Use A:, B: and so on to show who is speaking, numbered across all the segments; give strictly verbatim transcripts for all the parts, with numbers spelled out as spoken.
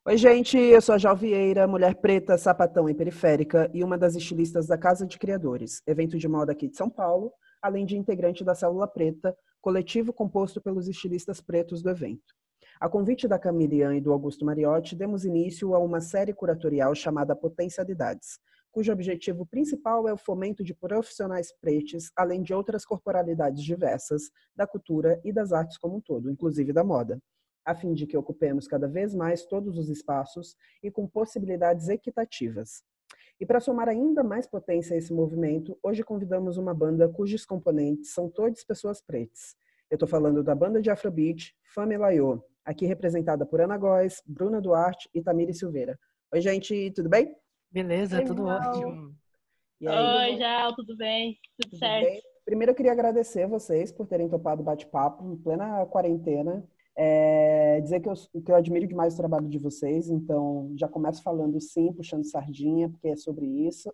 A: Oi, gente, eu sou a Jal Vieira, mulher preta, sapatão e periférica e uma das estilistas da Casa de Criadores, evento de moda aqui de São Paulo, além de integrante da Célula Preta, coletivo composto pelos estilistas pretos do evento. A convite da Camilian e do Augusto Mariotti, demos início a uma série curatorial chamada Potencialidades, cujo objetivo principal é o fomento de profissionais pretos, além de outras corporalidades diversas da cultura e das artes como um todo, inclusive da moda, a fim de que ocupemos cada vez mais todos os espaços e com possibilidades equitativas. E para somar ainda mais potência a esse movimento, hoje convidamos uma banda cujos componentes são todas pessoas pretas. Eu estou falando da banda de Afrobeat, Fame Layô, aqui representada por Ana Góes, Bruna Duarte e Tamiri Silveira. Oi, gente, tudo bem?
B: Beleza,
C: Oi,
B: tudo
C: Val.
B: ótimo.
A: E aí,
C: Oi, Jal, tudo bem? Tudo
A: tudo
C: certo?
A: bem? Primeiro eu queria agradecer vocês por terem topado o bate-papo em plena quarentena. É, dizer que eu, que eu admiro demais o trabalho de vocês, então já começo falando sim, puxando sardinha, porque é sobre isso.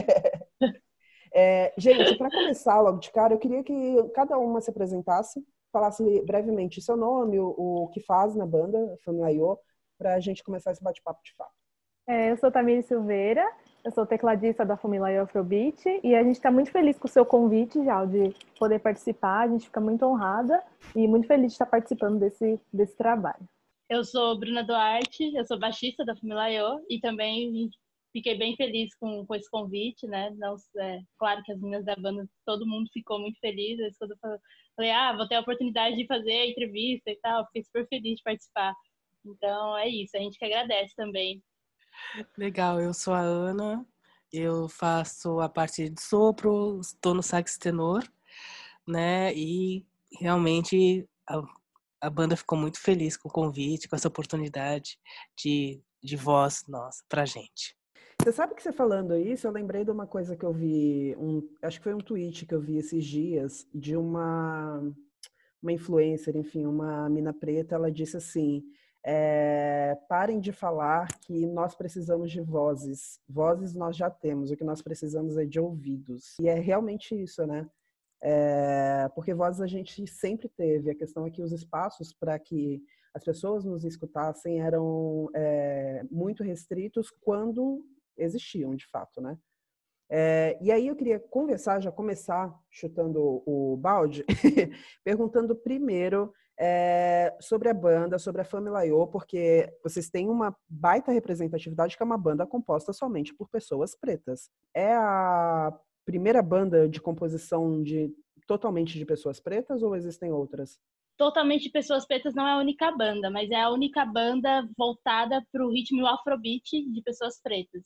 A: É, gente, para começar logo de cara, eu queria que cada uma se apresentasse, falasse brevemente seu nome, o, o que faz na banda, Familaiô, para a gente começar esse bate-papo de fato.
C: É, eu sou Tamiri Silveira, eu sou tecladista da família Afrobeat e a gente está muito feliz com o seu convite, Jal, de poder participar. A gente fica muito honrada e muito feliz de estar participando desse, desse trabalho.
D: Eu sou Bruna Duarte, eu sou baixista da Família e também fiquei bem feliz com, com esse convite, né? Não, é, claro que as meninas da banda, todo mundo ficou muito feliz. Aí quando eu falei, ah, vou ter a oportunidade de fazer a entrevista e tal, fiquei super feliz de participar. Então é isso, a gente que agradece também.
B: Legal, eu sou a Ana, eu faço a parte de sopro, estou no sax tenor, né? E realmente a, a banda ficou muito feliz com o convite, com essa oportunidade de, de voz nossa pra gente.
A: Você sabe que você falando isso, eu lembrei de uma coisa que eu vi, um, acho que foi um tweet que eu vi esses dias, de uma, uma influencer, enfim, uma mina preta, ela disse assim, é, parem de falar que nós precisamos de vozes. Vozes nós já temos, o que nós precisamos é de ouvidos. E é realmente isso, né? É, porque vozes a gente sempre teve. A questão é que os espaços para que as pessoas nos escutassem eram é, muito restritos quando existiam, de fato, né? É, e aí eu queria conversar, já começar chutando o balde, perguntando primeiro é, sobre a banda, sobre a Familaiô, porque vocês têm uma baita representatividade que é uma banda composta somente por pessoas pretas. É a primeira banda de composição de totalmente de pessoas pretas ou existem outras?
D: Totalmente Pessoas Pretas não é a única banda, mas é a única banda voltada para o ritmo afrobeat de pessoas pretas.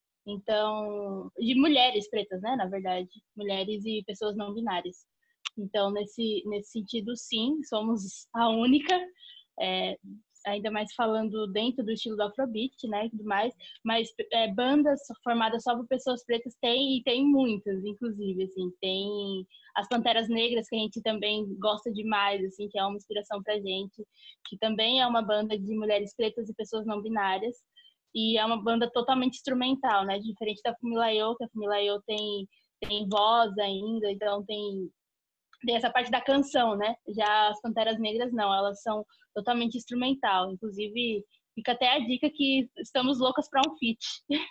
D: Então, de mulheres pretas, né, na verdade, mulheres e pessoas não binárias. Então, nesse, nesse sentido, sim, somos a única, é, ainda mais falando dentro do estilo do Afrobeat, né, e tudo mais, mas é, bandas formadas só por pessoas pretas tem, e tem muitas, inclusive, assim, tem as Panteras Negras, que a gente também gosta demais, assim, que é uma inspiração pra gente, que também é uma banda de mulheres pretas e pessoas não binárias, e é uma banda totalmente instrumental, né? Diferente da Fumilayo, que a Fumilayo tem, tem voz ainda, então tem, tem essa parte da canção, né? Já as Panteras Negras não, elas são totalmente instrumental. Inclusive, fica até a dica que estamos loucas para um feat.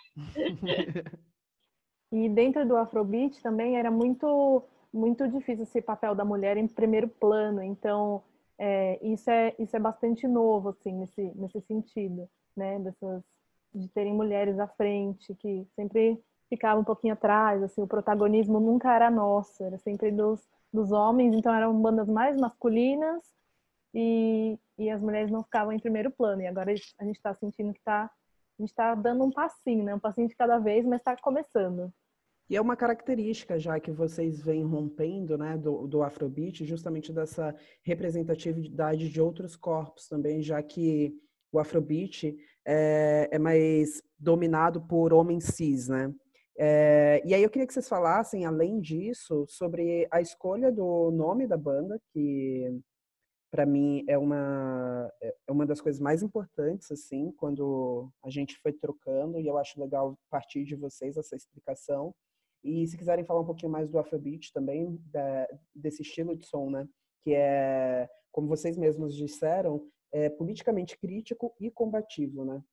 C: E dentro do Afrobeat também era muito, muito difícil esse papel da mulher em primeiro plano, então é, isso, é, isso é bastante novo, assim, nesse, nesse sentido, né? Dessas, de terem mulheres à frente, que sempre ficavam um pouquinho atrás, assim, o protagonismo nunca era nosso, era sempre dos, dos homens, então eram bandas mais masculinas e, e as mulheres não ficavam em primeiro plano. E agora a gente está sentindo que tá, a gente está dando um passinho, né? Um passinho de cada vez, mas está começando.
A: E é uma característica já que vocês vêm rompendo, né, do, do Afrobeat, justamente dessa representatividade de outros corpos também, já que o Afrobeat é, é mais dominado por homens cis, né? É, e aí eu queria que vocês falassem, além disso, sobre a escolha do nome da banda, que para mim é uma, é uma das coisas mais importantes, assim, quando a gente foi trocando, e eu acho legal partir de vocês essa explicação. E se quiserem falar um pouquinho mais do Afrobeat também, da, desse estilo de som, né? Que é, como vocês mesmos disseram, é politicamente crítico e combativo, né?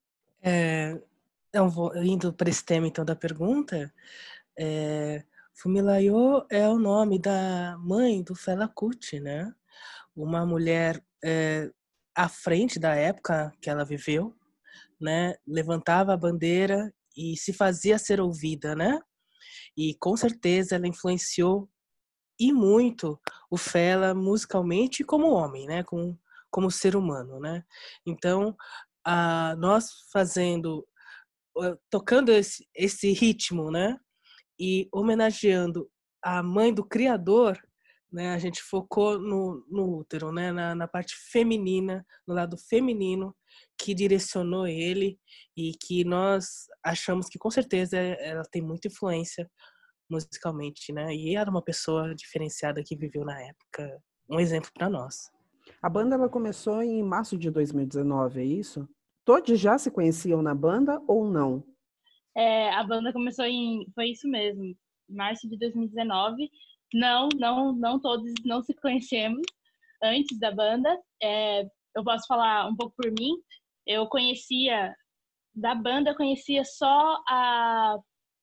B: É, eu vou, indo para esse tema, então, da pergunta, é, Funmilayo é o nome da mãe do Fela Kuti, né? Uma mulher é, à frente da época que ela viveu, né? Levantava a bandeira e se fazia ser ouvida, né? E com certeza ela influenciou e muito o Fela musicalmente como homem, né? Como, como ser humano, né? Então, a, nós fazendo, tocando esse, esse ritmo, né? E homenageando a mãe do criador, né? A gente focou no, no útero, né? Na, na parte feminina, no lado feminino que direcionou ele e que nós achamos que com certeza ela tem muita influência musicalmente, né? E era uma pessoa diferenciada que viveu na época, um exemplo para nós.
A: A banda ela começou em março de dois mil e dezenove, é isso? Todos já se conheciam na banda ou não?
D: É, a banda começou em, foi isso mesmo, março de dois mil e dezenove. Não, não, não todos não se conhecemos antes da banda. É, eu posso falar um pouco por mim. Eu conhecia da banda, eu conhecia só a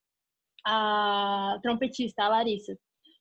D: a trompetista, a Larissa.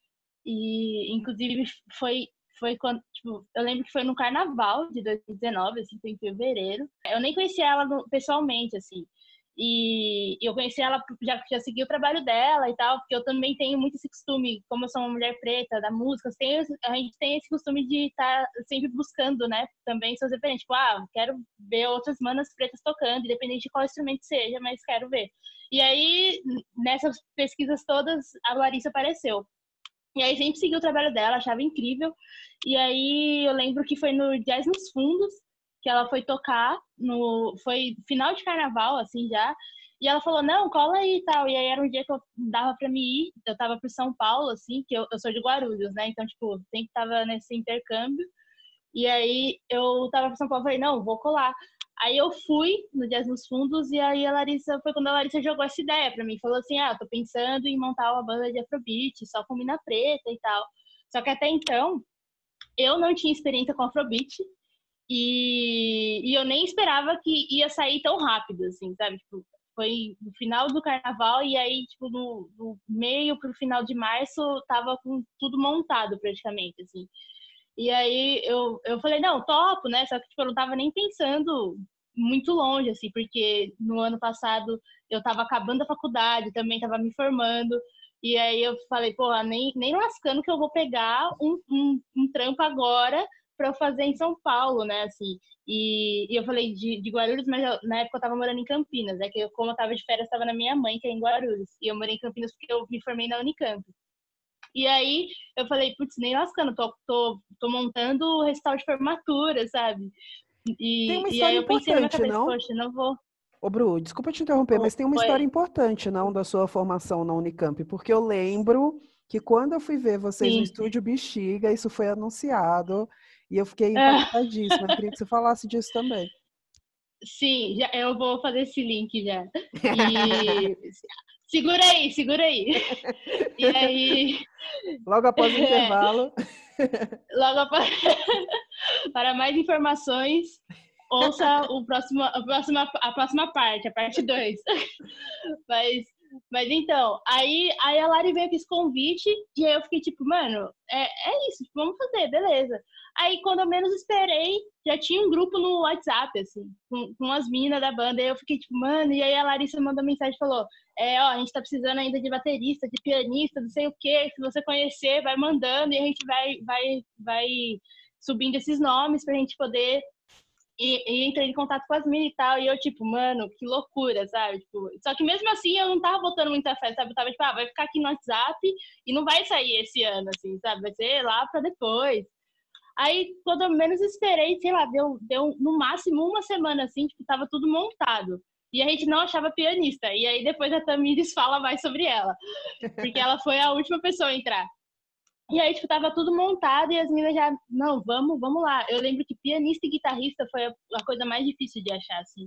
D: E, inclusive, foi, foi quando, tipo, eu lembro que foi no carnaval de dois mil e dezenove, assim, foi em fevereiro. Eu nem conhecia ela no, pessoalmente, assim. E eu conheci ela, já, já segui o trabalho dela e tal, porque eu também tenho muito esse costume, como eu sou uma mulher preta da música, tem, a gente tem esse costume de estar sempre buscando, né, também seus referentes. Tipo, ah, quero ver outras manas pretas tocando, independente de qual instrumento seja, mas quero ver. E aí, nessas pesquisas todas, a Larissa apareceu. E aí sempre segui o trabalho dela, achava incrível. E aí eu lembro que foi no Jazz nos Fundos que ela foi tocar, no foi final de carnaval, assim, já. E ela falou, não, cola aí e tal. E aí era um dia que eu dava pra me ir, eu tava por São Paulo, assim, que eu, eu sou de Guarulhos, né? Então, tipo, sempre tava nesse intercâmbio. E aí eu tava por São Paulo, falei, não, vou colar. Aí eu fui no Jazz nos Fundos e aí a Larissa, foi quando a Larissa jogou essa ideia pra mim. Falou assim, ah, tô pensando em montar uma banda de Afrobeat, só com mina preta e tal. Só que até então, eu não tinha experiência com Afrobeat e, e eu nem esperava que ia sair tão rápido, assim, sabe? Tipo, foi no final do carnaval e aí, tipo, no, no meio pro final de março, tava com tudo montado praticamente, assim. E aí eu, eu falei, não, topo, né? Só que tipo, eu não tava nem pensando muito longe, assim, porque no ano passado eu tava acabando a faculdade, também tava me formando. E aí eu falei, pô, nem, nem lascando que eu vou pegar um, um, um trampo agora pra eu fazer em São Paulo, né? Assim, e, e eu falei de, de Guarulhos, mas eu, na época eu tava morando em Campinas. É que eu, como eu tava de férias, eu tava na minha mãe, que é em Guarulhos. E eu morei em Campinas porque eu me formei na Unicamp. E aí eu falei, putz, nem lascando, tô, tô, tô montando o recital de formatura, sabe?
A: Tem uma
D: E, e aí
A: história
D: eu pensei na minha
A: importante,
D: cabeça,
A: não?
D: poxa, não vou.
A: Ô, Bru, desculpa te interromper, mas tem uma história
D: Foi.
A: importante, não, da sua formação na Unicamp, porque eu lembro que quando eu fui ver vocês no
D: Sim.
A: Estúdio Bexiga, isso foi anunciado, e eu fiquei
D: Ah,
A: impactadíssima. Eu queria que você falasse disso também.
D: sim, já, eu vou fazer esse link já. E segura aí, segura aí. E aí,
A: Logo após o
D: é,
A: intervalo.
D: logo após, para mais informações, ouça o próximo, a, próxima, a próxima parte, a parte dois. Mas, mas então, aí, aí a Lari veio com esse convite e aí eu fiquei tipo, mano, é, é isso, tipo, vamos fazer, beleza. Aí quando eu menos esperei, já tinha um grupo no WhatsApp, assim, com, com as meninas da banda. E eu fiquei tipo, mano, e aí a Larissa mandou mensagem e falou, é, ó, a gente tá precisando ainda de baterista, de pianista, não sei o quê, se você conhecer, vai mandando e a gente vai, vai, vai subindo esses nomes pra gente poder e, e entrei em contato com as minas e tal, e eu, tipo, mano, que loucura, sabe? Tipo, só que mesmo assim eu não tava botando muita fé, sabe? Eu tava tipo, ah, vai ficar aqui no WhatsApp e não vai sair esse ano, assim, sabe? Vai ser lá pra depois. Aí, quando eu menos esperei, sei lá, deu, deu no máximo uma semana, assim, tipo, tava tudo montado. E a gente não achava pianista. E aí depois a Tamires fala mais sobre ela. Porque ela foi a última pessoa a entrar. E aí, tipo, tava tudo montado e as meninas já, não, vamos, vamos lá. Eu lembro que pianista e guitarrista foi a, a coisa mais difícil de achar, assim.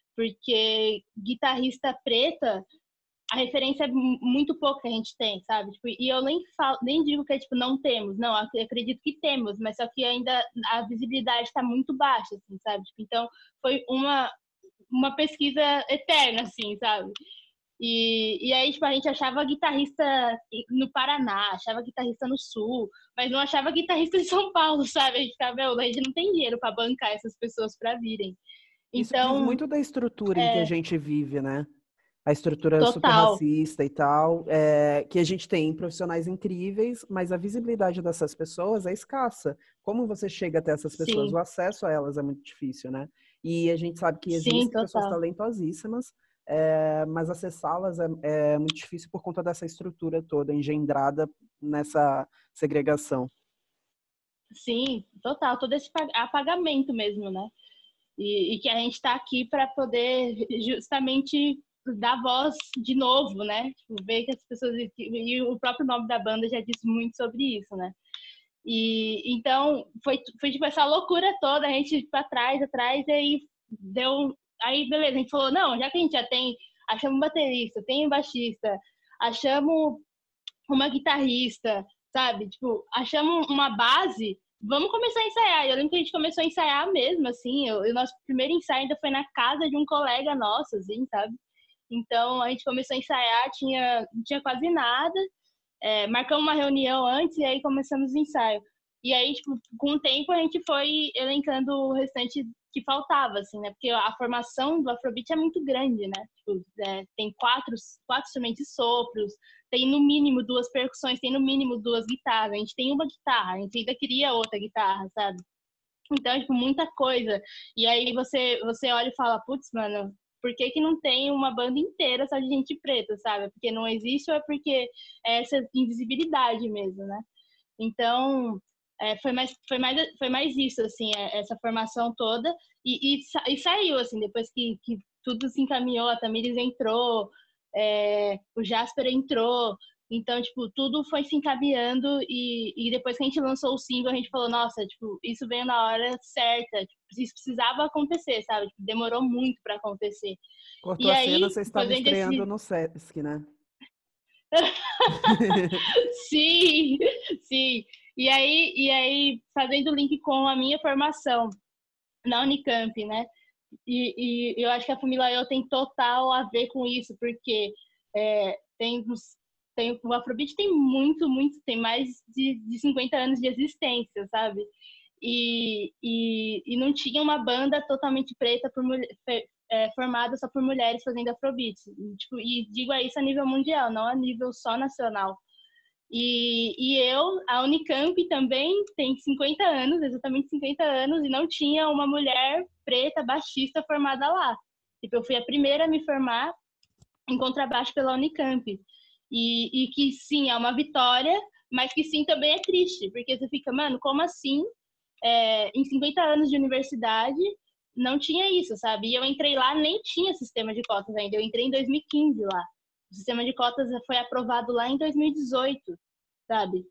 D: Porque guitarrista preta, a referência é muito pouca que a gente tem, sabe? Tipo, e eu nem falo, nem digo que é, tipo, não temos. Não, eu acredito que temos, mas só que ainda a visibilidade tá muito baixa, assim, sabe? Tipo, então, foi uma, uma pesquisa eterna, assim, sabe? E, e aí, tipo, a gente achava guitarrista no Paraná, achava guitarrista no Sul, mas não achava guitarrista em São Paulo, sabe? A gente ficava, meu, a gente não tem dinheiro para bancar essas pessoas para virem.
A: Isso diz
D: Então,
A: muito da estrutura em que a
D: é,
A: gente vive, né? A estrutura super
D: total,
A: racista e tal, é, que a gente tem profissionais incríveis, mas a visibilidade dessas pessoas é escassa. Como você chega até essas pessoas?
D: sim,
A: O acesso a elas é muito difícil, né? E a gente sabe que
D: sim,
A: existem pessoas
D: total.
A: talentosíssimas, é, mas acessá-las é, é muito difícil por conta dessa estrutura toda engendrada nessa segregação.
D: Sim, total, todo esse apagamento mesmo, né? E, e que a gente está aqui para poder justamente dar voz de novo, né? Tipo, ver que as pessoas... E o próprio nome da banda já disse muito sobre isso, né? E então foi, foi tipo essa loucura toda, a gente para trás, atrás, e aí deu... Aí, beleza, a gente falou, não, já que a gente já tem... Achamos um baterista, tem um baixista, achamos uma guitarrista, sabe? Tipo, achamos uma base, vamos começar a ensaiar. Eu lembro que a gente começou a ensaiar mesmo, assim. Eu, o nosso primeiro ensaio ainda foi na casa de um colega nosso, assim, sabe? Então, a gente começou a ensaiar, tinha, não tinha quase nada. É, marcamos uma reunião antes e aí começamos o ensaio. E aí, tipo, com o tempo, a gente foi elencando o restante que faltava, assim, né? Porque a formação do Afrobeat é muito grande, né? Tipo, é, tem quatro, quatro instrumentos de sopros, tem no mínimo duas percussões, tem no mínimo duas guitarras. A gente tem uma guitarra, a gente ainda queria outra guitarra, sabe? Então, tipo, muita coisa. E aí você, você olha e fala, putz, mano, por que que não tem uma banda inteira só de gente preta, sabe? Porque não existe ou é porque é essa invisibilidade mesmo, né? Então, é, foi, mais, foi, mais, foi mais isso, assim, é, essa formação toda. E, e, e saiu, assim, depois que, que tudo se encaminhou, a Tamires entrou, é, o Jasper entrou. Então, tipo, tudo foi se encaminhando e, e depois que a gente lançou o single, a gente falou, nossa, tipo, isso veio na hora certa. Tipo, isso precisava acontecer, sabe? Tipo, demorou muito para acontecer.
A: Cortou
D: E
A: a cena,
D: aí,
A: vocês estavam
D: fazendo
A: estreando
D: esse...
A: no Sesc, né?
D: Sim, sim. E aí, e aí, fazendo o link com a minha formação na Unicamp, né? E, e eu acho que a Fumilayo tem total a ver com isso, porque é, tem, tem, o Afrobeat tem muito, muito, tem mais de, de cinquenta anos de existência, sabe? E, e, e não tinha uma banda totalmente preta por mulher, é, formada só por mulheres fazendo Afrobeat. E, tipo, e digo isso a nível mundial, não a nível só nacional. E, e eu, a Unicamp também tem cinquenta anos, exatamente cinquenta anos, e não tinha uma mulher preta baixista formada lá. Tipo, eu fui a primeira a me formar em contrabaixo pela Unicamp. E, e que sim, é uma vitória, mas que sim também é triste, porque você fica, mano, como assim? É, em cinquenta anos de universidade, não tinha isso, sabe? E eu entrei lá, nem tinha sistema de cotas ainda. Eu entrei em dois mil e quinze lá. O sistema de cotas foi aprovado lá em dois mil e dezoito, sabe?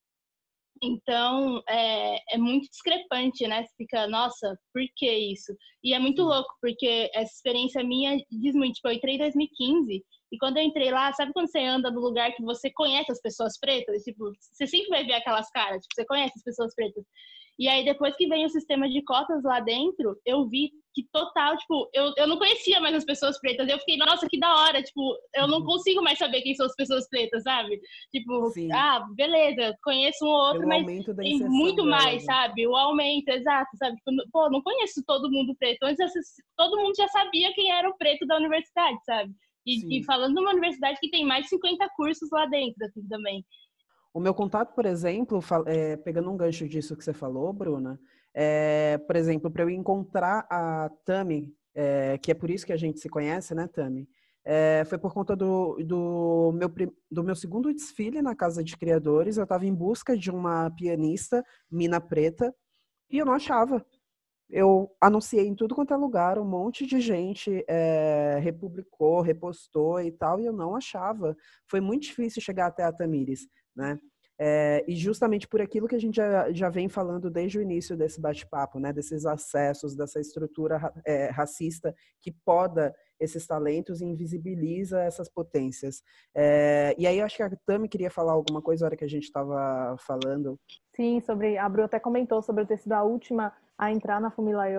D: Então, é, é muito discrepante, né? Você fica, nossa, por que isso? E é muito louco, porque essa experiência minha diz muito. Tipo, eu entrei em dois mil e quinze, e quando eu entrei lá, sabe quando você anda no lugar que você conhece as pessoas pretas? Tipo, você sempre vai ver aquelas caras, tipo, você conhece as pessoas pretas. E aí, depois que vem o sistema de cotas lá dentro, eu vi que total, tipo, eu, eu não conhecia mais as pessoas pretas. Eu fiquei, nossa, que da hora, tipo, eu não consigo mais saber quem são as pessoas pretas, sabe? Tipo,
A: Sim,
D: ah, beleza, conheço um ou outro,
A: pelo
D: mas
A: aumento da
D: tem
A: inserção
D: muito
A: delas,
D: mais,
A: né?
D: sabe? O aumento, exato, sabe? Tipo, pô, não conheço todo mundo preto. Antes, todo mundo já sabia quem era o preto da universidade, sabe? E, e
A: Sim.
D: falando de uma universidade que tem mais de cinquenta cursos lá dentro, assim, também.
A: O meu contato, por exemplo, é, pegando um gancho disso que você falou, Bruna, é, por exemplo, para eu encontrar a Tami, é, que é por isso que a gente se conhece, né, Tami? É, foi por conta do, do, meu, do meu segundo desfile na Casa de Criadores. Eu estava em busca de uma pianista, mina preta, e eu não achava. Eu anunciei em tudo quanto é lugar, um monte de gente é, republicou, repostou e tal, e eu não achava. Foi muito difícil chegar até a Tamires, né? É, e justamente por aquilo que a gente já, já vem falando desde o início desse bate-papo, né? Desses acessos, dessa estrutura é, racista que poda esses talentos e invisibiliza essas potências. É, e aí eu acho que a Tami queria falar alguma coisa na hora que a gente estava falando.
C: Sim, sobre, a Bru até comentou sobre eu ter sido a última a entrar na Fumilayo.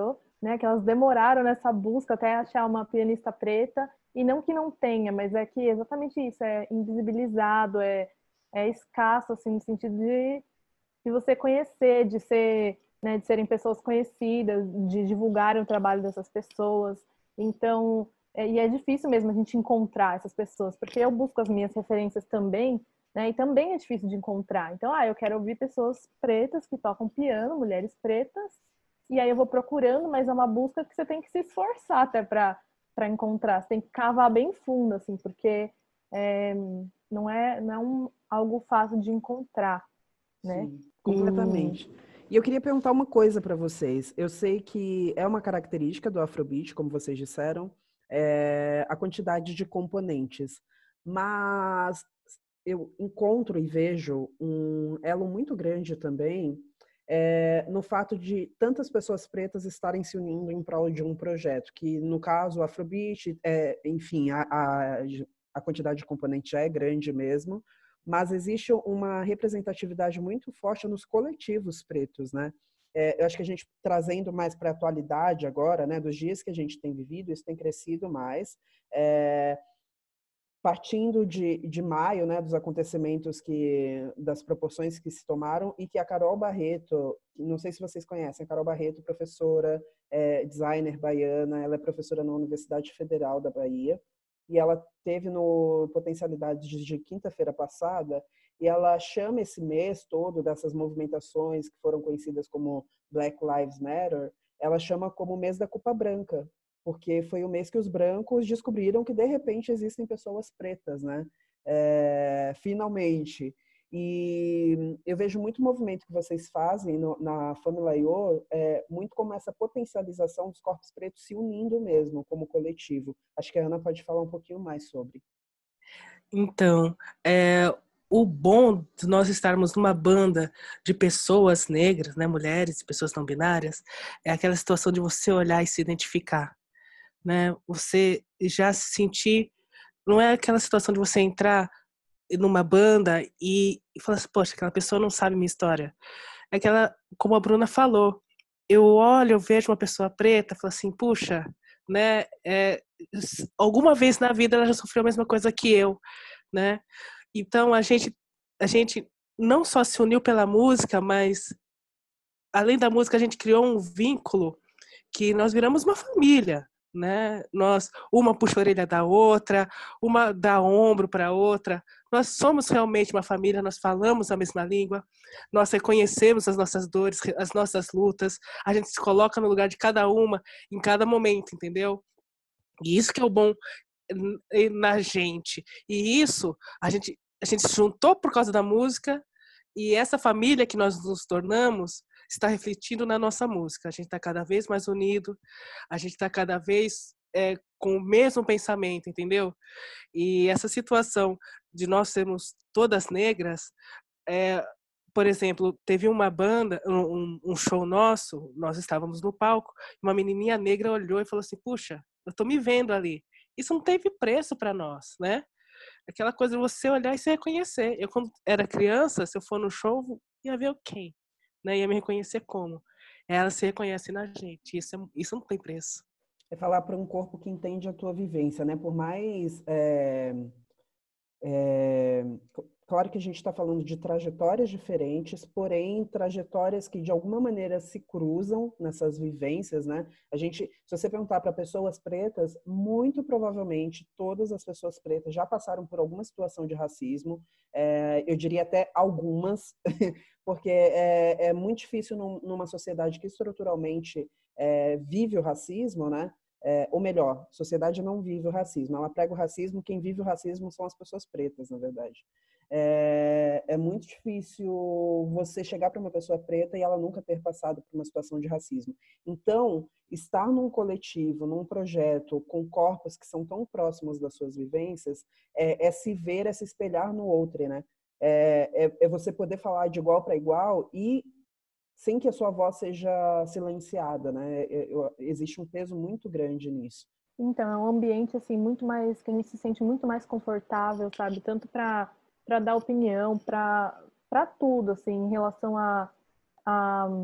C: né? Que elas demoraram nessa busca até achar uma pianista preta, e não que não tenha, mas é que exatamente isso, é invisibilizado, é, é escasso, assim, no sentido de, de você conhecer, de ser, né, de serem pessoas conhecidas, de divulgarem o trabalho dessas pessoas. Então, é, e é difícil mesmo a gente encontrar essas pessoas, porque eu busco as minhas referências também, né, e também é difícil de encontrar. Então, ah, eu quero ouvir pessoas pretas que tocam piano, mulheres pretas, e aí eu vou procurando, mas é uma busca que você tem que se esforçar até para para encontrar. Você tem que cavar bem fundo, assim, porque é, não é, não é um, algo fácil de encontrar, né?
A: Sim, completamente. E... e eu queria perguntar uma coisa para vocês. Eu sei que é uma característica do Afrobeat, como vocês disseram, é a quantidade de componentes. Mas eu encontro e vejo um elo muito grande também é, no fato de tantas pessoas pretas estarem se unindo em prol de um projeto, que no caso o Afrobeat, é, enfim, a, a, a quantidade de componentes já é grande mesmo, mas existe uma representatividade muito forte nos coletivos pretos, né? É, eu acho que a gente trazendo mais para a atualidade agora, né, dos dias que a gente tem vivido, isso tem crescido mais. É, partindo de, de maio, né, dos acontecimentos que, das proporções que se tomaram, e que a Carol Barreto, não sei se vocês conhecem, a Carol Barreto, professora, é, designer baiana, ela é professora na Universidade Federal da Bahia, e ela teve no Potencialidades de quinta-feira passada, e ela chama esse mês todo dessas movimentações que foram conhecidas como Black Lives Matter, ela chama como o mês da culpa branca, porque foi o mês que os brancos descobriram que, de repente, existem pessoas pretas, né? É, finalmente. E eu vejo muito movimento que vocês fazem no, na Família I O, é, muito como essa potencialização dos corpos pretos se unindo mesmo, como coletivo. Acho que a Ana pode falar um pouquinho mais sobre.
B: Então, é, o bom de nós estarmos numa banda de pessoas negras, né, mulheres e pessoas não binárias, é aquela situação de você olhar e se identificar, né? Você já se sentir, não é aquela situação de você entrar numa banda e, e falar assim, poxa, aquela pessoa não sabe minha história. É aquela, como a Bruna falou, eu olho, eu vejo uma pessoa preta, falo assim, puxa, né? É, alguma vez na vida ela já sofreu a mesma coisa que eu, né? Então a gente, a gente não só se uniu pela música, mas além da música a gente criou um vínculo que nós viramos uma família, né? Nós, uma puxa a orelha da outra, uma dá ombro para a outra. Nós somos realmente uma família, nós falamos a mesma língua, nós reconhecemos as nossas dores, as nossas lutas, a gente se coloca no lugar de cada uma em cada momento, entendeu? E isso que é o bom na gente. E isso a gente a gente se juntou por causa da música, e essa família que nós nos tornamos está refletindo na nossa música. A gente está cada vez mais unido, a gente está cada vez é, com o mesmo pensamento, entendeu? E essa situação de nós sermos todas negras, é, por exemplo, teve uma banda, um, um show nosso, nós estávamos no palco, uma menininha negra olhou e falou assim, puxa, eu estou me vendo ali. Isso não teve preço para nós, né? Aquela coisa de você olhar e se reconhecer. Eu, quando era criança, se eu for no show, ia ver quem? Né? Ia me reconhecer como? Ela se reconhece na gente. Isso, é, isso não tem preço.
A: É falar para um corpo que entende a tua vivência, né? Por mais... É, é, claro que a gente está falando de trajetórias diferentes, porém trajetórias que de alguma maneira se cruzam nessas vivências, né? A gente, se você perguntar para pessoas pretas, muito provavelmente todas as pessoas pretas já passaram por alguma situação de racismo. É, eu diria até algumas, porque é, é muito difícil num, numa sociedade que estruturalmente é, vive o racismo, né? É, ou melhor, a sociedade não vive o racismo, ela prega o racismo, quem vive o racismo são as pessoas pretas, na verdade. É, é muito difícil você chegar para uma pessoa preta e ela nunca ter passado por uma situação de racismo. Então, estar num coletivo, num projeto, com corpos que são tão próximos das suas vivências, é, é se ver, é se espelhar no outro, né? É, é, é você poder falar de igual para igual e sem que a sua voz seja silenciada, né? Existe um peso muito grande nisso.
C: Então, é um ambiente, assim, muito mais, que a gente se sente muito mais confortável, sabe? Tanto para para dar opinião, para para tudo, assim, em relação a, a,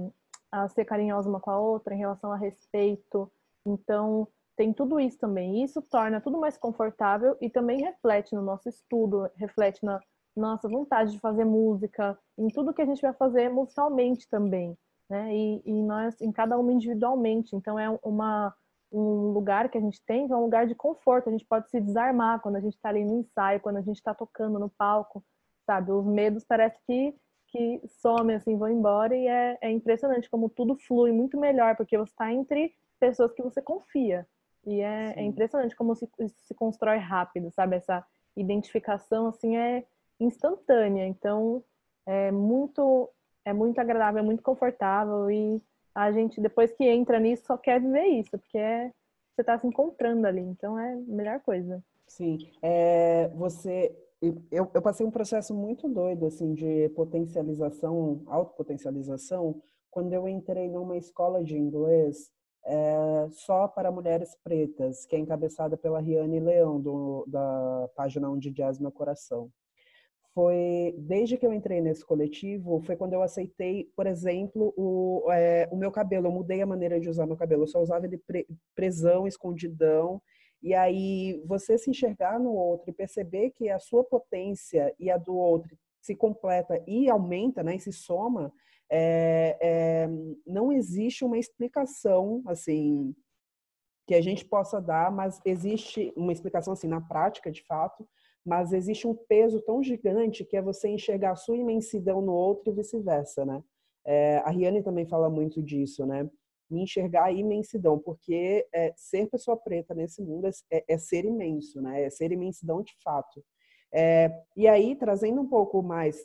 C: a ser carinhosa uma com a outra, em relação a respeito. Então, tem tudo isso também. Isso torna tudo mais confortável e também reflete no nosso estudo, reflete na nossa vontade de fazer música, em tudo que a gente vai fazer musicalmente também, né? E, e nós, em cada uma individualmente. Então, é uma, um lugar que a gente tem, que é um lugar de conforto. A gente pode se desarmar quando a gente está ali no ensaio, quando a gente está tocando no palco, sabe? Os medos parece que, que somem, assim, vão embora, e é, é impressionante como tudo flui muito melhor, porque você está entre pessoas que você confia. E é, é impressionante como se, isso se constrói rápido, sabe? Essa identificação, assim, é instantânea. Então, é muito, é muito agradável, é muito confortável. E a gente, depois que entra nisso, só quer viver isso, porque é, você está se encontrando ali. Então, é a melhor coisa.
A: Sim. É, você... Eu, eu passei um processo muito doido, assim, de potencialização, autopotencialização, quando eu entrei numa escola de inglês é, só para mulheres pretas, que é encabeçada pela Riane Leão, do, da página Onde Jazz Meu Coração. Foi, desde que eu entrei nesse coletivo, foi quando eu aceitei, por exemplo, o, é, o meu cabelo. Eu mudei a maneira de usar meu cabelo. Eu só usava ele pre, presão, escondidão. E aí, você se enxergar no outro e perceber que a sua potência e a do outro se completa e aumenta, né, e se soma, é, é, não existe uma explicação, assim, que a gente possa dar, mas existe uma explicação, assim, na prática, de fato, mas existe um peso tão gigante que é você enxergar a sua imensidão no outro e vice-versa, né? É, a Riane também fala muito disso, né? Me enxergar a imensidão, porque é, ser pessoa preta nesse mundo é, é ser imenso, né? É ser imensidão de fato. É, e aí, trazendo um pouco mais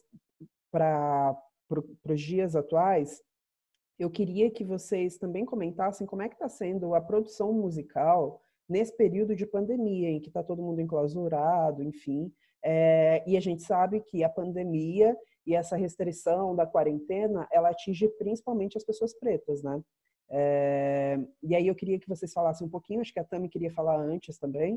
A: para pro, os dias atuais, eu queria que vocês também comentassem como é que está sendo a produção musical nesse período de pandemia, em que está todo mundo enclausurado, enfim. É, e a gente sabe que a pandemia e essa restrição da quarentena, ela atinge principalmente as pessoas pretas, né? É, e aí eu queria que vocês falassem um pouquinho, acho que a Tami queria falar antes também.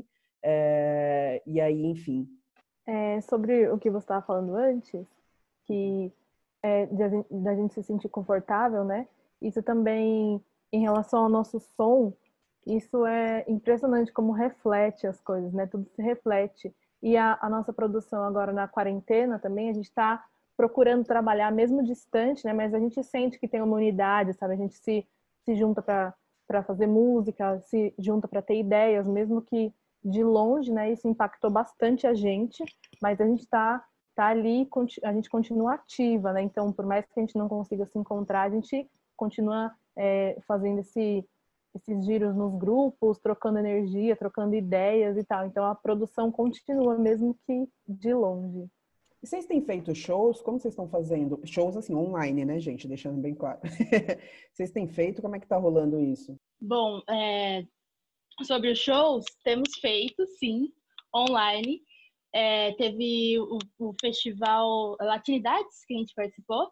A: É, e aí, enfim.
C: É, sobre o que você estava falando antes, que é, da gente se sentir confortável, né? Isso também, em relação ao nosso som, isso é impressionante como reflete as coisas, né? Tudo se reflete. E a, a nossa produção agora na quarentena também, a gente está procurando trabalhar mesmo distante, né? Mas a gente sente que tem uma unidade, sabe? A gente se, se junta para fazer música, se junta para ter ideias, mesmo que de longe, né? Isso impactou bastante a gente, mas a gente está tá ali, a gente continua ativa, né? Então, por mais que a gente não consiga se encontrar, a gente continua é, fazendo esse, esses giros nos grupos, trocando energia, trocando ideias e tal. Então, a produção continua, mesmo que de longe.
A: E vocês têm feito shows? Como vocês estão fazendo? Shows, assim, online, né, gente? Deixando bem claro. Vocês têm feito? Como é que tá rolando isso?
D: Bom, é... sobre os shows, temos feito, sim, online. É, teve o, o festival Latinidades, que a gente participou,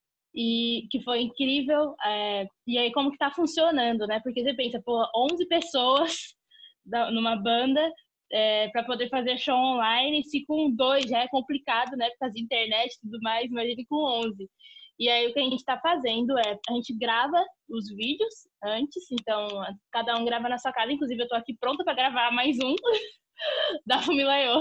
D: e que foi incrível. É, e aí, como que tá funcionando, né? Porque você pensa, pô, onze pessoas numa banda é, para poder fazer show online, se com dois já é complicado, né? Por causa da internet e tudo mais, imagine com onze. E aí, o que a gente está fazendo é, a gente grava os vídeos antes, então, cada um grava na sua casa. Inclusive, eu tô aqui pronta para gravar mais um da Fumilayô.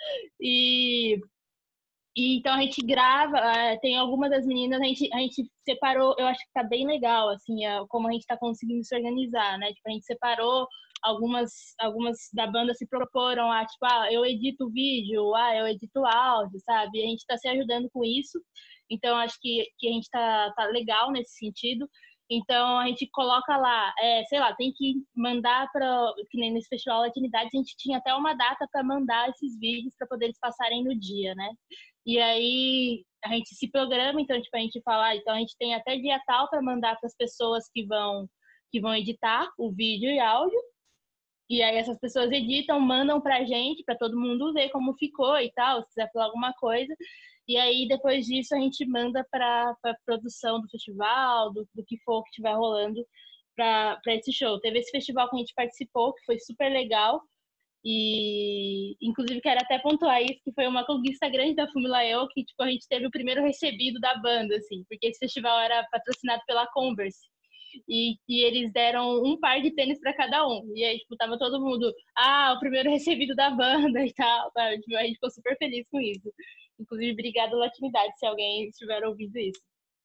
D: E, e então a gente grava, tem algumas das meninas, a gente, a gente separou, eu acho que tá bem legal, assim, como a gente tá conseguindo se organizar, né? Tipo, a gente separou, algumas, algumas da banda se proporam a, tipo, ah, eu edito o vídeo, ah, eu edito o áudio, sabe? E a gente tá se ajudando com isso, então acho que, que a gente tá, tá legal nesse sentido. Então, a gente coloca lá, é, sei lá, tem que mandar para, que nem nesse Festival Latinidades, a gente tinha até uma data para mandar esses vídeos para poder eles passarem no dia, né? E aí, a gente se programa, então, tipo, a gente fala, então a gente tem até dia tal para mandar para as pessoas que vão, que vão editar o vídeo e áudio. E aí, essas pessoas editam, mandam pra gente, para todo mundo ver como ficou e tal, se quiser falar alguma coisa. E aí, depois disso, a gente manda para a produção do festival, do, do que for que estiver rolando para esse show. Teve esse festival que a gente participou, que foi super legal. E, inclusive, quero até pontuar isso, que foi uma conquista grande da Fumila Eu, que, tipo, a gente teve o primeiro recebido da banda, assim, porque esse festival era patrocinado pela Converse. E, e eles deram um par de tênis para cada um. E aí, tipo, tava todo mundo, ah, o primeiro recebido da banda e tal. Tá? Tipo, a gente ficou super feliz com isso. Inclusive, obrigada, Latinidade, se alguém estiver ouvindo isso.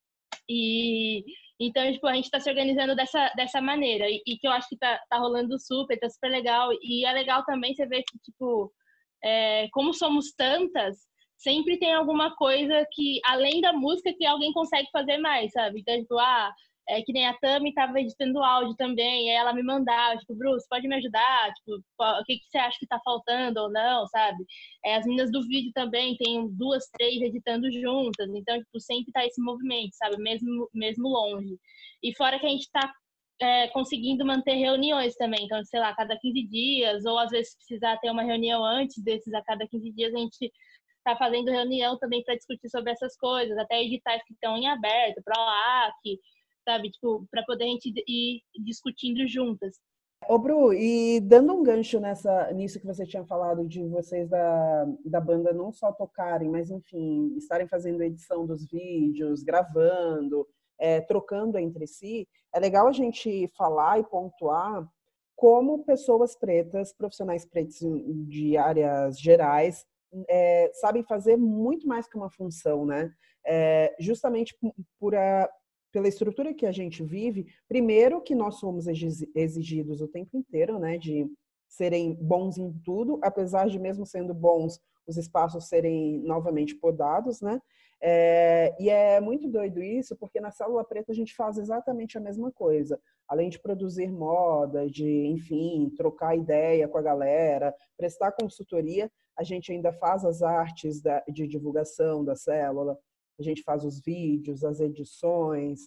D: E então, tipo, a gente tá se organizando dessa, dessa maneira. E, e que eu acho que tá, tá rolando super, tá super legal. E é legal também você ver que, tipo, é, como somos tantas, sempre tem alguma coisa que, além da música, que alguém consegue fazer mais, sabe? Então, tipo, ah, é que nem a Tami tava editando áudio também, aí ela me mandava, tipo, Bruce, pode me ajudar? Tipo, o que, que você acha que tá faltando ou não, sabe? É, as meninas do vídeo também, tem duas, três editando juntas, então, tipo, sempre tá esse movimento, sabe? Mesmo, mesmo longe. E fora que a gente tá é, conseguindo manter reuniões também, então, sei lá, a cada quinze dias, ou às vezes precisar ter uma reunião antes desses, a cada quinze dias a gente tá fazendo reunião também para discutir sobre essas coisas, até editais que estão em aberto, para o A C, sabe? Tipo, para poder a gente ir discutindo juntas.
A: Ô, Bru, e dando um gancho nessa, nisso que você tinha falado de vocês da, da banda não só tocarem, mas, enfim, estarem fazendo edição dos vídeos, gravando, é, trocando entre si, é legal a gente falar e pontuar como pessoas pretas, profissionais pretos de áreas gerais, é, sabem fazer muito mais que uma função, né? É, justamente por a pela estrutura que a gente vive, primeiro que nós somos exigidos o tempo inteiro, né, de serem bons em tudo, apesar de mesmo sendo bons, os espaços serem novamente podados, né? É, e é muito doido isso, porque na Célula Preta a gente faz exatamente a mesma coisa. Além de produzir moda, de, enfim, trocar ideia com a galera, prestar consultoria, a gente ainda faz as artes da, de divulgação da célula, a gente faz os vídeos, as edições,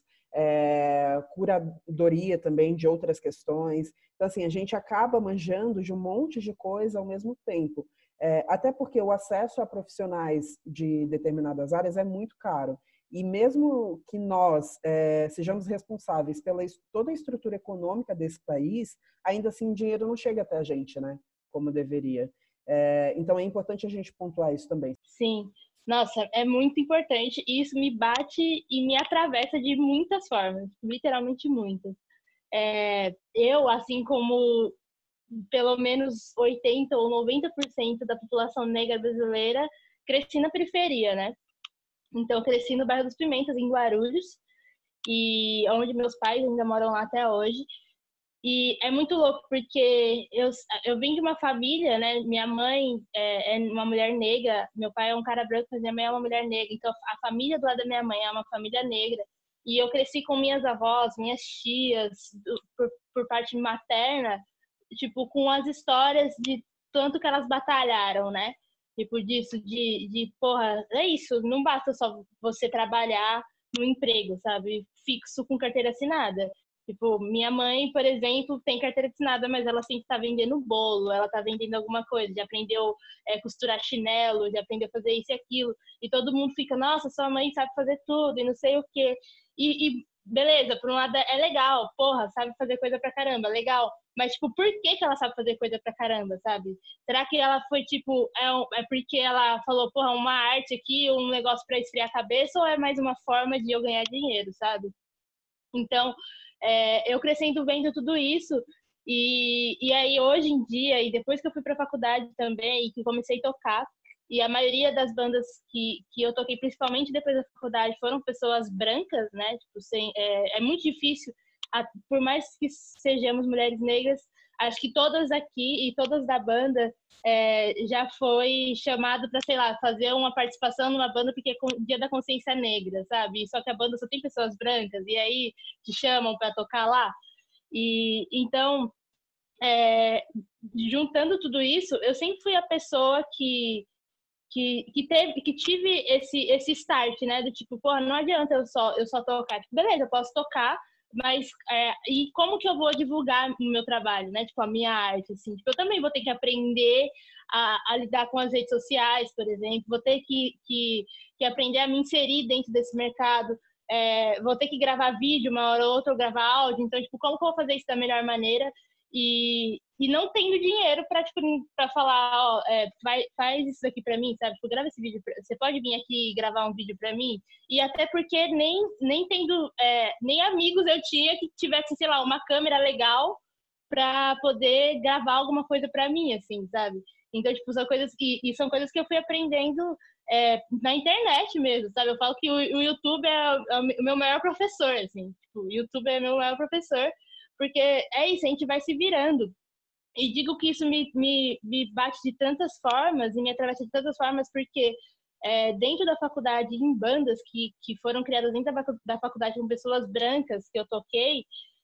A: é, curadoria também de outras questões. Então, assim, a gente acaba manjando de um monte de coisa ao mesmo tempo. É, até porque o acesso a profissionais de determinadas áreas é muito caro. E mesmo que nós é, sejamos responsáveis pela toda a estrutura econômica desse país, ainda assim o dinheiro não chega até a gente, né? Como deveria. É, então é importante a gente pontuar isso também.
D: Sim. Nossa, é muito importante e isso me bate e me atravessa de muitas formas, literalmente muitas. É, eu, assim como pelo menos oitenta ou noventa por cento da população negra brasileira, cresci na periferia, né? Então, eu cresci no bairro dos Pimentas, em Guarulhos, e onde meus pais ainda moram lá até hoje. E é muito louco, porque eu, eu vim de uma família, né? Minha mãe é, é uma mulher negra, meu pai é um cara branco, mas minha mãe é uma mulher negra. Então, a família do lado da minha mãe é uma família negra. E eu cresci com minhas avós, minhas tias, por, por parte materna, tipo, com as histórias de tanto que elas batalharam, né? Tipo, disso, de, de, porra, é isso, não basta só você trabalhar no emprego, sabe? Fixo com carteira assinada. Tipo, minha mãe, por exemplo, tem carteira assinada, mas ela sempre tá vendendo bolo, ela tá vendendo alguma coisa, já aprendeu é, costurar chinelo, já aprendeu a fazer isso e aquilo. E todo mundo fica, nossa, sua mãe sabe fazer tudo e não sei o quê. E, e beleza, por um lado é legal, porra, sabe fazer coisa pra caramba, legal. Mas, tipo, por que que ela sabe fazer coisa pra caramba, sabe? Será que ela foi, tipo, é, um, é porque ela falou, porra, uma arte aqui, um negócio pra esfriar a cabeça, ou é mais uma forma de eu ganhar dinheiro, sabe? Então, é, eu crescendo vendo tudo isso, e, e aí hoje em dia, e depois que eu fui pra faculdade também, e que comecei a tocar, e a maioria das bandas que, que eu toquei, principalmente depois da faculdade, foram pessoas brancas, né? Tipo, sem, é, é muito difícil, por mais que sejamos mulheres negras, acho que todas aqui e todas da banda é, já foi chamado para, sei lá, fazer uma participação numa banda porque é Dia da Consciência Negra, sabe? Só que a banda só tem pessoas brancas e aí te chamam para tocar lá. E então, é, juntando tudo isso, eu sempre fui a pessoa que que, que teve, que tive esse esse start, né? Do tipo, pô, não adianta eu só eu só tocar. Tipo, beleza, eu posso tocar, mas é, e como que eu vou divulgar o meu trabalho, né? Tipo, a minha arte, assim. Tipo, eu também vou ter que aprender a, a lidar com as redes sociais, por exemplo. Vou ter que, que, que aprender a me inserir dentro desse mercado. É, vou ter que gravar vídeo uma hora ou outra, ou gravar áudio. Então, tipo, como que eu vou fazer isso da melhor maneira? E, e não tendo dinheiro pra, tipo, pra falar, ó, é, vai, faz isso aqui pra mim, sabe? Tipo, grava esse vídeo, pra, você pode vir aqui gravar um vídeo pra mim? E até porque nem, nem tendo, é, nem amigos eu tinha que tivesse, sei lá, uma câmera legal pra poder gravar alguma coisa pra mim, assim, sabe? Então, tipo, são coisas, e, e são coisas que eu fui aprendendo é, na internet mesmo, sabe? Eu falo que o, o YouTube é, é o meu maior professor, assim, tipo, o YouTube é o meu maior professor, porque é isso, a gente vai se virando. E digo que isso me, me, me bate de tantas formas e me atravessa de tantas formas, porque é, dentro da faculdade, em bandas que, que foram criadas dentro da faculdade com pessoas brancas que eu toquei,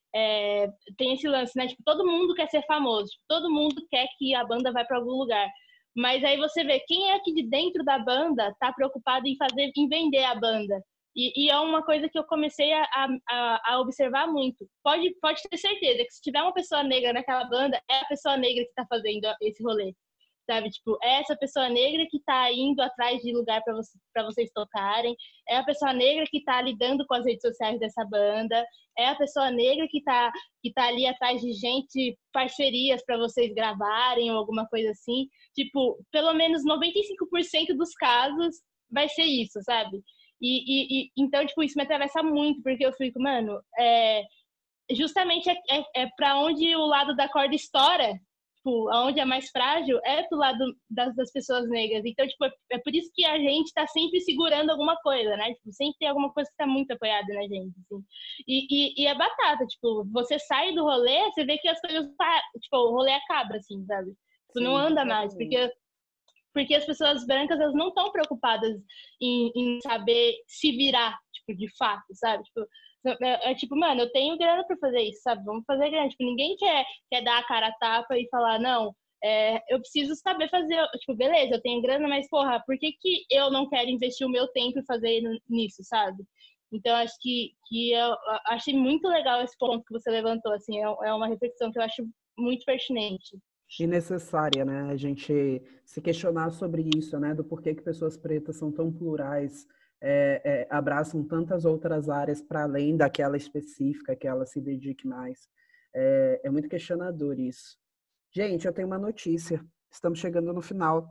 D: é, tem esse lance, né? Tipo, todo mundo quer ser famoso, tipo, todo mundo quer que a banda vá para algum lugar. Mas aí você vê quem é que de dentro da banda tá preocupado em fazer, em vender a banda. E, e é uma coisa que eu comecei a, a, a observar muito. Pode, pode ter certeza que se tiver uma pessoa negra naquela banda, é a pessoa negra que está fazendo esse rolê. Sabe? Tipo, é essa pessoa negra que está indo atrás de lugar para você, para vocês tocarem. É a pessoa negra que está lidando com as redes sociais dessa banda. É a pessoa negra que está que tá ali atrás de gente, parcerias para vocês gravarem ou alguma coisa assim. Tipo, pelo menos noventa e cinco por cento dos casos vai ser isso, sabe? E, e, e, então, tipo, isso me atravessa muito, porque eu fico, mano, é, justamente é, é, é para onde o lado da corda estoura, tipo, onde é mais frágil, é pro lado das, das pessoas negras. Então, tipo, é, é por isso que a gente tá sempre segurando alguma coisa, né? Tipo, sempre tem alguma coisa que tá muito apoiada na gente, assim. E, e, e é batata, tipo, você sai do rolê, você vê que as coisas, tipo, o rolê acaba, assim, sabe? Tipo,
A: Sim,
D: não anda
A: exatamente.
D: mais, porque... Porque as pessoas brancas, elas não estão preocupadas em, em saber se virar, tipo, de fato, sabe? Tipo, é, é tipo, mano, eu tenho grana pra fazer isso, sabe? Vamos fazer grana. Tipo, ninguém quer, quer dar a cara a tapa e falar, não, é, eu preciso saber fazer. Tipo, beleza, eu tenho grana, mas, porra, por que que eu não quero investir o meu tempo e fazer nisso, sabe? Então, acho que, que eu, eu achei muito legal esse ponto que você levantou, assim, é, é uma reflexão que eu acho muito pertinente.
A: E necessária, né? A gente se questionar sobre isso, né? Do porquê que pessoas pretas são tão plurais, é, é, abraçam tantas outras áreas para além daquela específica que ela se dedique mais. É, é muito questionador isso. Gente, eu tenho uma notícia. Estamos chegando no final.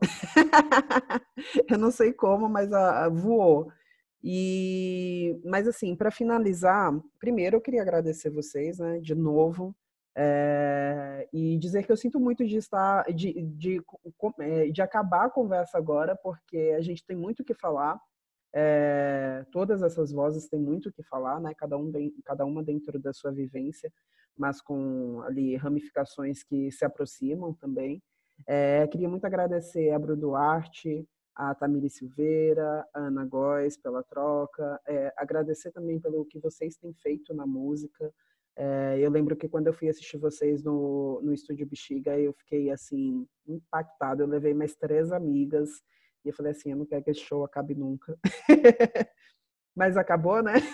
A: Eu não sei como, mas a, a voou. E, mas assim, para finalizar, primeiro eu queria agradecer vocês, né? De novo. É, e dizer que eu sinto muito de estar de, de, de acabar a conversa agora, porque a gente tem muito o que falar, é, todas essas vozes têm muito o que falar, né? Cada, um, cada uma dentro da sua vivência, mas com ali ramificações que se aproximam também. É, queria muito agradecer a Bru Duarte, a Tamiri Silveira, a Ana Góes pela troca, é, agradecer também pelo que vocês têm feito na música. É, eu lembro que quando eu fui assistir vocês no, no Estúdio Bexiga, eu fiquei, assim, impactada. Eu levei mais três amigas e eu falei assim, eu não quero que esse show acabe nunca. Mas acabou, né?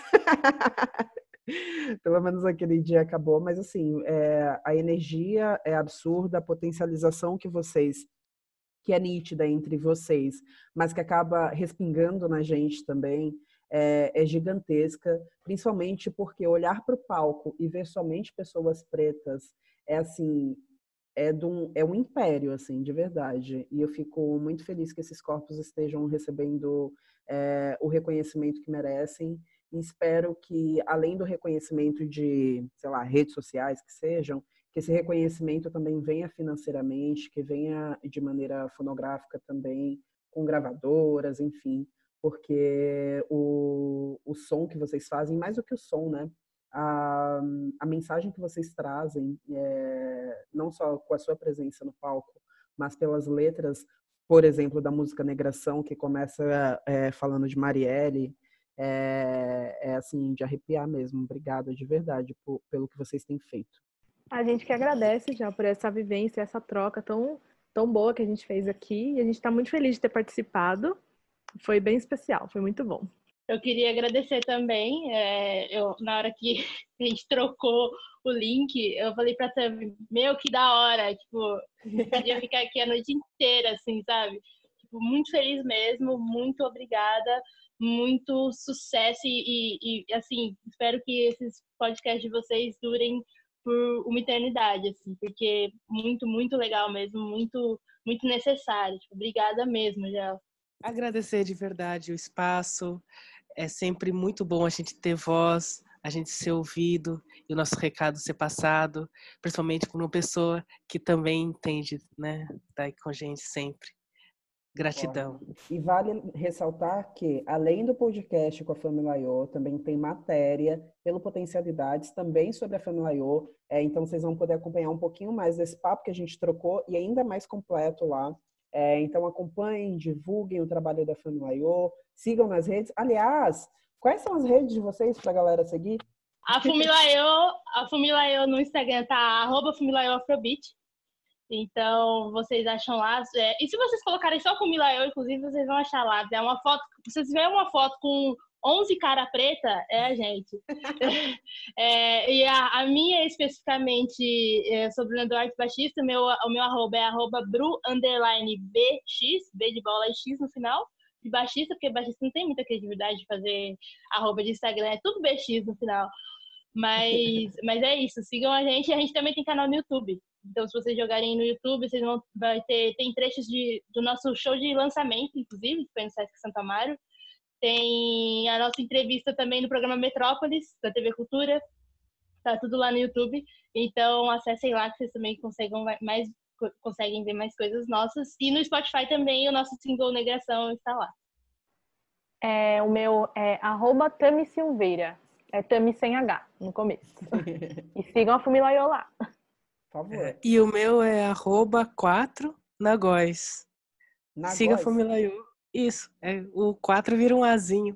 A: Pelo menos aquele dia acabou. Mas, assim, é, a energia é absurda, a potencialização que vocês, que é nítida entre vocês, mas que acaba respingando na gente também, é, é gigantesca, principalmente porque olhar para o palco e ver somente pessoas pretas é assim, é, de um, é um império, assim, de verdade. E eu fico muito feliz que esses corpos estejam recebendo é, o reconhecimento que merecem e espero que, além do reconhecimento de, sei lá, redes sociais que sejam, que esse reconhecimento também venha financeiramente, que venha de maneira fonográfica também, com gravadoras, enfim, porque o, o som que vocês fazem, mais do que o som, né? A, a mensagem que vocês trazem, é, não só com a sua presença no palco, mas pelas letras, por exemplo, da música Negração, que começa é, falando de Marielle, é, é assim, de arrepiar mesmo. Obrigada de verdade por, pelo que vocês têm feito.
C: A gente que agradece já por essa vivência, essa troca tão, tão boa que a gente fez aqui. E a gente está muito feliz de ter participado. Foi bem especial, foi muito bom.
D: Eu queria agradecer também. É, eu, na hora que a gente trocou o link, eu falei pra Tami, meu, que da hora. Tipo, a gente podia ficar aqui a noite inteira, assim, sabe? Tipo, muito feliz mesmo, muito obrigada, muito sucesso e, e, e assim, espero que esses podcasts de vocês durem por uma eternidade, assim, porque muito, muito legal mesmo, muito, muito necessário. Tipo, obrigada mesmo, já.
B: Agradecer de verdade o espaço. É sempre muito bom a gente ter voz, a gente ser ouvido e o nosso recado ser passado, principalmente por uma pessoa que também entende, né? Tá aí com a gente sempre. Gratidão.
A: E vale ressaltar que, além do podcast com a Família Iô, também tem matéria pelo Potencialidades, também sobre a Família Iô. É, então, vocês vão poder acompanhar um pouquinho mais desse papo que a gente trocou e ainda mais completo lá. É, então, acompanhem, divulguem o trabalho da Família Iô, sigam nas redes. Aliás, quais são as redes de vocês para a galera seguir?
D: A Fumilayo, a Fumilayo no Instagram tá arroba Fumilayo Afrobeat. Então, vocês acham lá. É, e se vocês colocarem só Fumilayo, inclusive, vocês vão achar lá. É uma foto. Se vocês verem uma foto com onze cara preta, é a gente. É, e a, a minha especificamente é sobre o Eduardo Batista, meu, o meu arroba é arroba bru underline bx, B de bola e x no final. De baixista, porque baixista não tem muita criatividade de fazer arroba de Instagram, é tudo B X no final. Mas, mas é isso, sigam a gente. A gente também tem canal no YouTube. Então, se vocês jogarem no YouTube, vocês vão vai ter tem trechos de, do nosso show de lançamento, inclusive, que foi no Sesc Santo Amaro. Tem a nossa entrevista também no programa Metrópolis, da T V Cultura. Tá tudo lá no YouTube. Então, acessem lá que vocês também conseguem, mais, conseguem ver mais coisas nossas. E no Spotify também o nosso single Negação está lá.
C: É, o meu é arroba Tami Silveira. É Tami sem H no começo. E sigam a Fumilayo lá.
A: Por favor.
B: É, e o meu é arroba quatro Nagóis. Siga a Fumilayo. Isso, é, o quatro vira um azinho.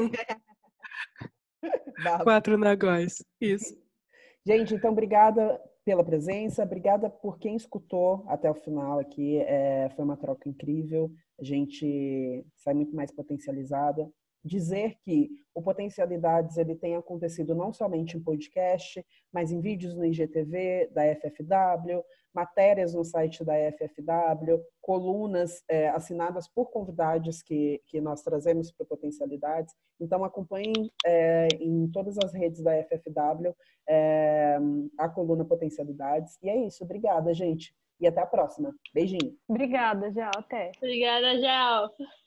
B: quatro Nagóis. Isso.
A: Gente, então, obrigada pela presença, obrigada por quem escutou até o final aqui. É, foi uma troca incrível, a gente sai muito mais potencializada. Dizer que o Potencialidades ele tem acontecido não somente em podcast, mas em vídeos no I G T V da F F W, matérias no site da F F W, colunas é, assinadas por convidados que, que nós trazemos para Potencialidades. Então, acompanhem é, em todas as redes da F F W é, a coluna Potencialidades. E é isso. Obrigada, gente. E até a próxima. Beijinho.
C: Obrigada, Jal. Até.
D: Obrigada, Jal.